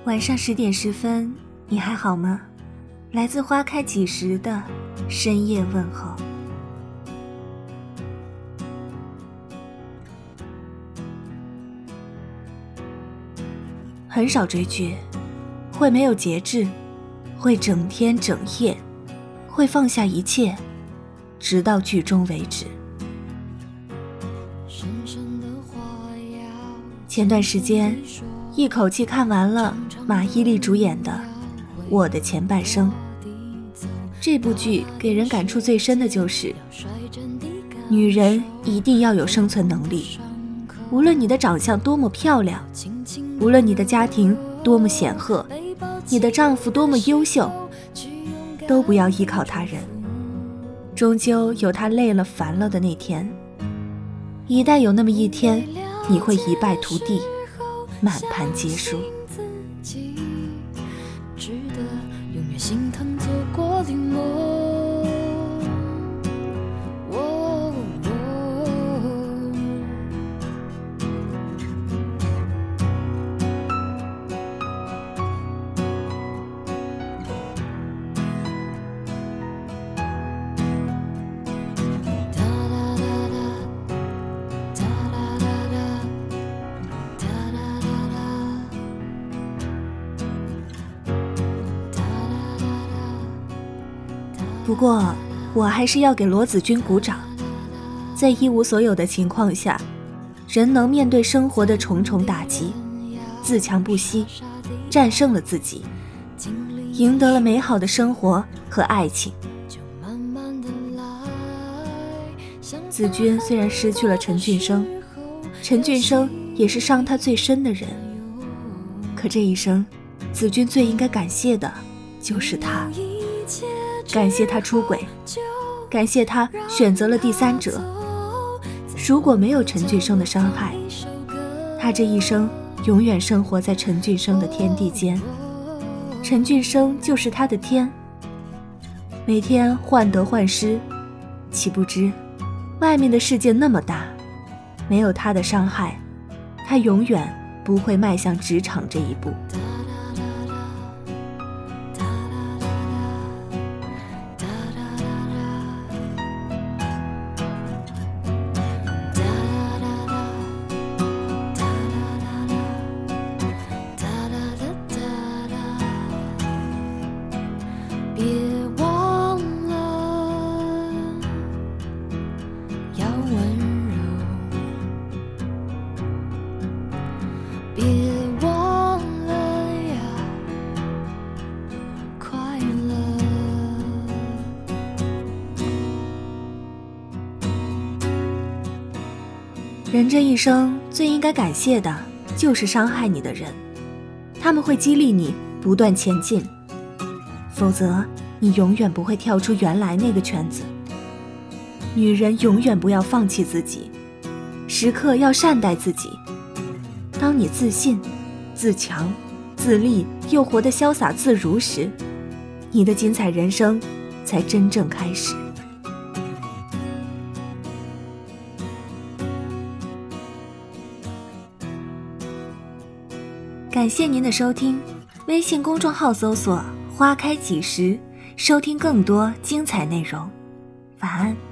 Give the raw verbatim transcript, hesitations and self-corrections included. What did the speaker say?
晚上十点十分，你还好吗？来自花开几时的深夜问候。很少追剧，会没有节制，会整天整夜，会放下一切，直到剧终为止。前段时间一口气看完了马伊琍主演的《我的前半生》。这部剧给人感触最深的就是女人一定要有生存能力，无论你的长相多么漂亮，无论你的家庭多么显赫，你的丈夫多么优秀，都不要依靠他人，终究有他累了烦了的那天。一旦有那么一天，你会一败涂地，满盘皆输。值得永远心疼错过的梦。不过我还是要给罗子君鼓掌，在一无所有的情况下，人能面对生活的重重打击，自强不息，战胜了自己，赢得了美好的生活和爱情。子君虽然失去了陈俊生，陈俊生也是伤他最深的人，可这一生子君最应该感谢的就是他，感谢他出轨，感谢他选择了第三者。如果没有陈俊生的伤害，他这一生永远生活在陈俊生的天地间，陈俊生就是他的天，每天患得患失，岂不知外面的世界那么大，没有他的伤害，他永远不会迈向职场这一步。人这一生最应该感谢的就是伤害你的人，他们会激励你不断前进，否则你永远不会跳出原来那个圈子。女人永远不要放弃自己，时刻要善待自己。当你自信、自强、自立又活得潇洒自如时，你的精彩人生才真正开始。感谢您的收听，微信公众号搜索花开几时，收听更多精彩内容。晚安。